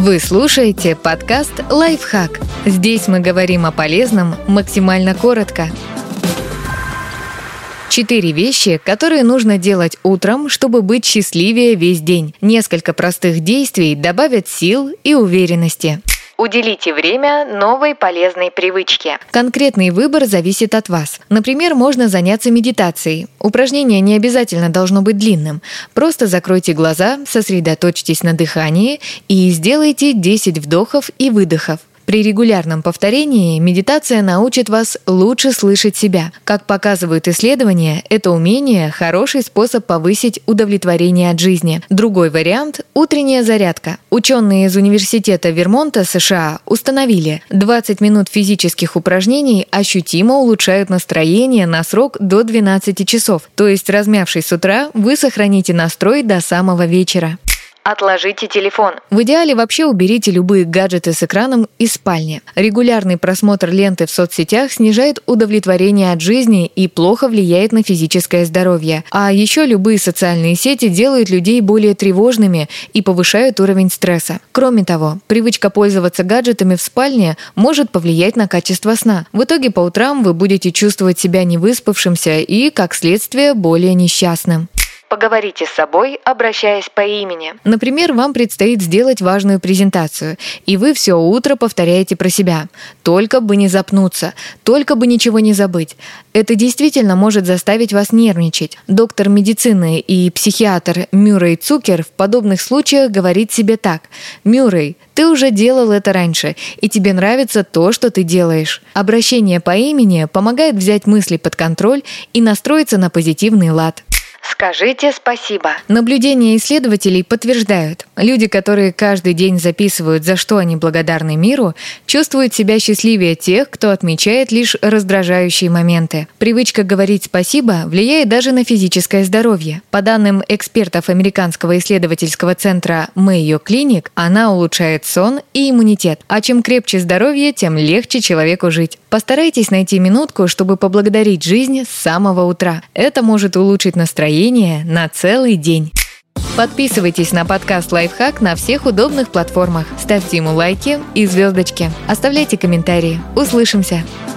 Вы слушаете подкаст «Лайфхак». Здесь мы говорим о полезном максимально коротко. 4 вещи, которые нужно делать утром, чтобы быть счастливее весь день. Несколько простых действий добавят сил и уверенности. Уделите время новой полезной привычке. Конкретный выбор зависит от вас. Например, можно заняться медитацией. Упражнение не обязательно должно быть длинным. Просто закройте глаза, сосредоточьтесь на дыхании и сделайте 10 вдохов и выдохов. При регулярном повторении медитация научит вас лучше слышать себя. Как показывают исследования, это умение – хороший способ повысить удовлетворение от жизни. Другой вариант – утренняя зарядка. Ученые из Университета Вермонта, США, установили, 20 минут физических упражнений ощутимо улучшают настроение на срок до 12 часов. То есть, размявшись с утра, вы сохраните настрой до самого вечера. Отложите телефон. В идеале вообще уберите любые гаджеты с экраном из спальни. Регулярный просмотр ленты в соцсетях снижает удовлетворение от жизни и плохо влияет на физическое здоровье. А еще любые социальные сети делают людей более тревожными и повышают уровень стресса. Кроме того, привычка пользоваться гаджетами в спальне может повлиять на качество сна. В итоге по утрам вы будете чувствовать себя невыспавшимся и, как следствие, более несчастным. Поговорите с собой, обращаясь по имени. Например, вам предстоит сделать важную презентацию, и вы все утро повторяете про себя. Только бы не запнуться, только бы ничего не забыть. Это действительно может заставить вас нервничать. Доктор медицины и психиатр Мюррей Цукер в подобных случаях говорит себе так: «Мюррей, ты уже делал это раньше, и тебе нравится то, что ты делаешь». Обращение по имени помогает взять мысли под контроль и настроиться на позитивный лад. Скажите спасибо. Наблюдения исследователей подтверждают, люди, которые каждый день записывают, за что они благодарны миру, чувствуют себя счастливее тех, кто отмечает лишь раздражающие моменты. Привычка говорить спасибо влияет даже на физическое здоровье. По данным экспертов американского исследовательского центра Mayo Clinic, она улучшает сон и иммунитет. А чем крепче здоровье, тем легче человеку жить. Постарайтесь найти минутку, чтобы поблагодарить жизнь с самого утра. Это может улучшить настроение на целый день. Подписывайтесь на подкаст «Лайфхак» на всех удобных платформах. Ставьте ему лайки и звездочки. Оставляйте комментарии. Услышимся!